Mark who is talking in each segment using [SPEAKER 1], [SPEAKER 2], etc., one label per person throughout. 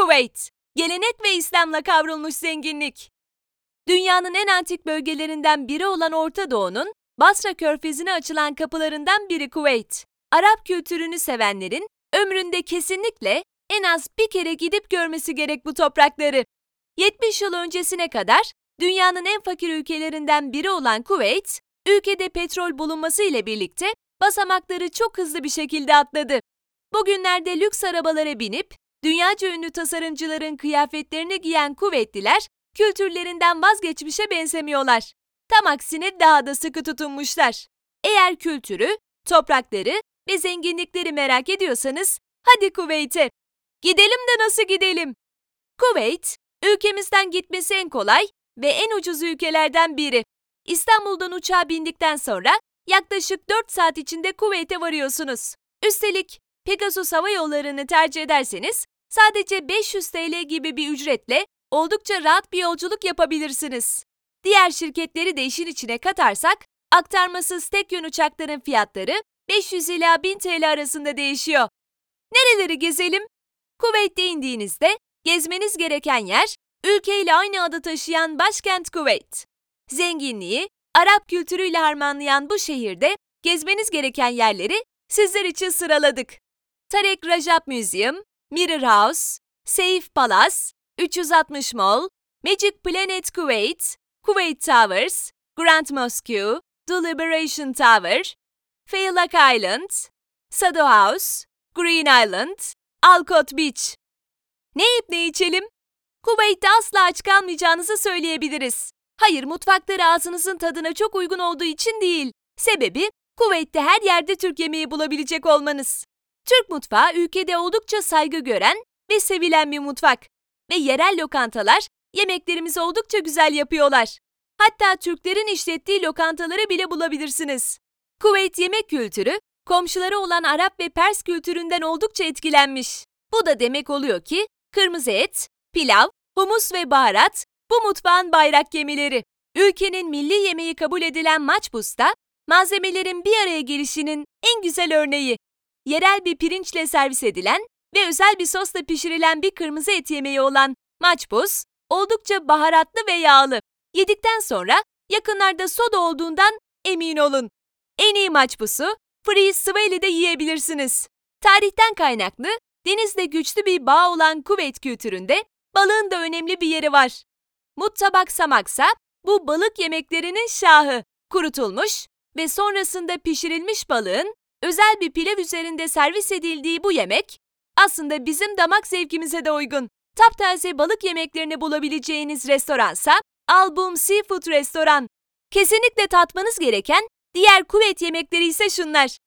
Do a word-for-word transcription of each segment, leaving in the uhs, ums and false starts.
[SPEAKER 1] Kuveyt, gelenek ve İslam'la kavrulmuş zenginlik. Dünyanın en antik bölgelerinden biri olan Orta Doğu'nun Basra Körfezi'ne açılan kapılarından biri Kuveyt. Arap kültürünü sevenlerin ömründe kesinlikle en az bir kere gidip görmesi gerek bu toprakları. yetmiş yıl öncesine kadar dünyanın en fakir ülkelerinden biri olan Kuveyt, ülkede petrol bulunması ile birlikte basamakları çok hızlı bir şekilde atladı. Bugünlerde lüks arabalara binip dünyaca ünlü tasarımcıların kıyafetlerini giyen Kuveytliler kültürlerinden vazgeçmişe benzemiyorlar. Tam aksine daha da sıkı tutunmuşlar. Eğer kültürü, toprakları ve zenginlikleri merak ediyorsanız hadi Kuveyt'e. Gidelim de nasıl gidelim? Kuveyt, ülkemizden gitmesi en kolay ve en ucuz ülkelerden biri. İstanbul'dan uçağa bindikten sonra yaklaşık dört saat içinde Kuveyt'e varıyorsunuz. Üstelik Pegasus Hava Yolları'nı tercih ederseniz sadece beş yüz TL gibi bir ücretle oldukça rahat bir yolculuk yapabilirsiniz. Diğer şirketleri de işin içine katarsak aktarmasız tek yön uçakların fiyatları beş yüz ila bin TL arasında değişiyor. Nereleri gezelim? Kuveyt'te indiğinizde gezmeniz gereken yer ülkeyle aynı adı taşıyan başkent Kuveyt. Zenginliği, Arap kültürüyle harmanlayan bu şehirde gezmeniz gereken yerleri sizler için sıraladık. Tarek Rajab Museum, Mirror House, Seif Palace, üç yüz altmış Mall, Magic Planet Kuveyt, Kuveyt Towers, Grand Mosque, The Liberation Tower, Feilak Island, Sado House, Green Island, Alcott Beach. Ne yiyip ne içelim? Kuveyt'te asla aç kalmayacağınızı söyleyebiliriz. Hayır, mutfakları ağzınızın tadına çok uygun olduğu için değil. Sebebi Kuveyt'te her yerde Türk yemeği bulabilecek olmanız. Türk mutfağı ülkede oldukça saygı gören ve sevilen bir mutfak. Ve yerel lokantalar yemeklerimizi oldukça güzel yapıyorlar. Hatta Türklerin işlettiği lokantaları bile bulabilirsiniz. Kuveyt yemek kültürü, komşuları olan Arap ve Pers kültüründen oldukça etkilenmiş. Bu da demek oluyor ki kırmızı et, pilav, humus ve baharat bu mutfağın bayrak gemileri. Ülkenin milli yemeği kabul edilen maçbus da malzemelerin bir araya gelişinin en güzel örneği. Yerel bir pirinçle servis edilen ve özel bir sosla pişirilen bir kırmızı et yemeği olan maçbus oldukça baharatlı ve yağlı. Yedikten sonra yakınlarda soda olduğundan emin olun. En iyi maçbusu freeze swale'de yiyebilirsiniz. Tarihten kaynaklı, denizle güçlü bir bağ olan Kuveyt kültüründe balığın da önemli bir yeri var. Muttabak samaksa bu balık yemeklerinin şahı. Kurutulmuş ve sonrasında pişirilmiş balığın özel bir pilav üzerinde servis edildiği bu yemek aslında bizim damak zevkimize de uygun. Taptaze balık yemeklerini bulabileceğiniz restoransa Album Seafood Restoran. Kesinlikle tatmanız gereken diğer Kuveyt yemekleri ise şunlar: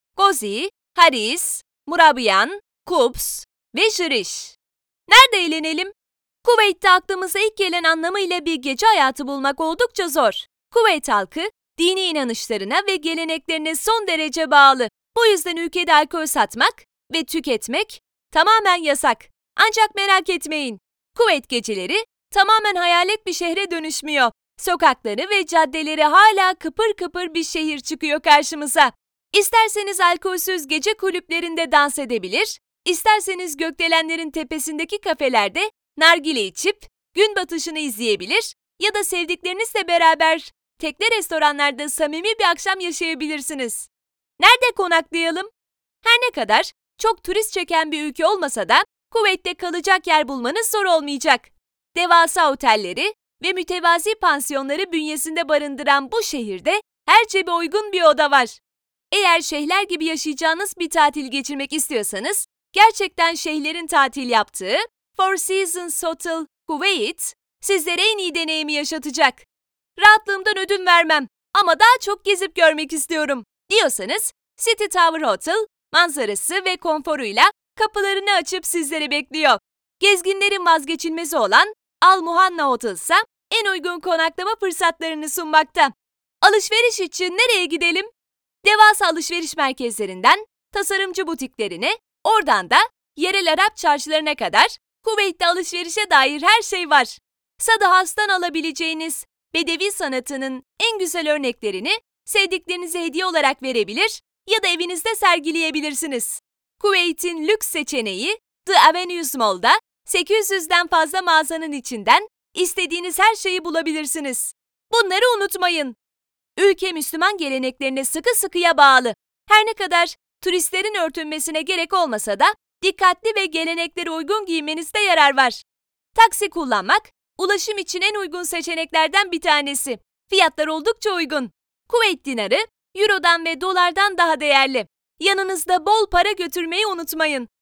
[SPEAKER 1] gozi, haris, murabiyan, kubs ve jiriş. Nerede eğlenelim? Kuveyt'te aklımıza ilk gelen anlamıyla bir gece hayatı bulmak oldukça zor. Kuveyt halkı dini inanışlarına ve geleneklerine son derece bağlı. Bu yüzden ülkede alkol satmak ve tüketmek tamamen yasak. Ancak merak etmeyin, Kuveyt geceleri tamamen hayalet bir şehre dönüşmüyor. Sokakları ve caddeleri hala kıpır kıpır bir şehir çıkıyor karşımıza. İsterseniz alkolsüz gece kulüplerinde dans edebilir, isterseniz gökdelenlerin tepesindeki kafelerde nargile içip gün batışını izleyebilir ya da sevdiklerinizle beraber tekne restoranlarda samimi bir akşam yaşayabilirsiniz. Nerede konaklayalım? Her ne kadar çok turist çeken bir ülke olmasa da Kuveyt'te kalacak yer bulmanız zor olmayacak. Devasa otelleri ve mütevazi pansiyonları bünyesinde barındıran bu şehirde her cebe uygun bir oda var. Eğer şeyhler gibi yaşayacağınız bir tatil geçirmek istiyorsanız, gerçekten şeyhlerin tatil yaptığı Four Seasons Hotel Kuveyt sizlere en iyi deneyimi yaşatacak. Rahatlığımdan ödün vermem ama daha çok gezip görmek istiyorum diyorsanız City Tower Hotel manzarası ve konforuyla kapılarını açıp sizleri bekliyor. Gezginlerin vazgeçilmezi olan Al Muhanna Hotel ise en uygun konaklama fırsatlarını sunmakta. Alışveriş için nereye gidelim? Devasa alışveriş merkezlerinden tasarımcı butiklerine, oradan da yerel Arap çarşılarına kadar Kuveyt'te alışverişe dair her şey var. Sado House'tan alabileceğiniz Bedevi sanatının en güzel örneklerini sevdiklerinize hediye olarak verebilir ya da evinizde sergileyebilirsiniz. Kuveyt'in lüks seçeneği The Avenues Mall'da sekiz yüzden fazla mağazanın içinden istediğiniz her şeyi bulabilirsiniz. Bunları unutmayın. Ülke Müslüman geleneklerine sıkı sıkıya bağlı. Her ne kadar turistlerin örtünmesine gerek olmasa da dikkatli ve geleneklere uygun giymenizde yarar var. Taksi kullanmak, ulaşım için en uygun seçeneklerden bir tanesi. Fiyatlar oldukça uygun. Kuveyt dinarı, Euro'dan ve dolardan daha değerli. Yanınızda bol para götürmeyi unutmayın.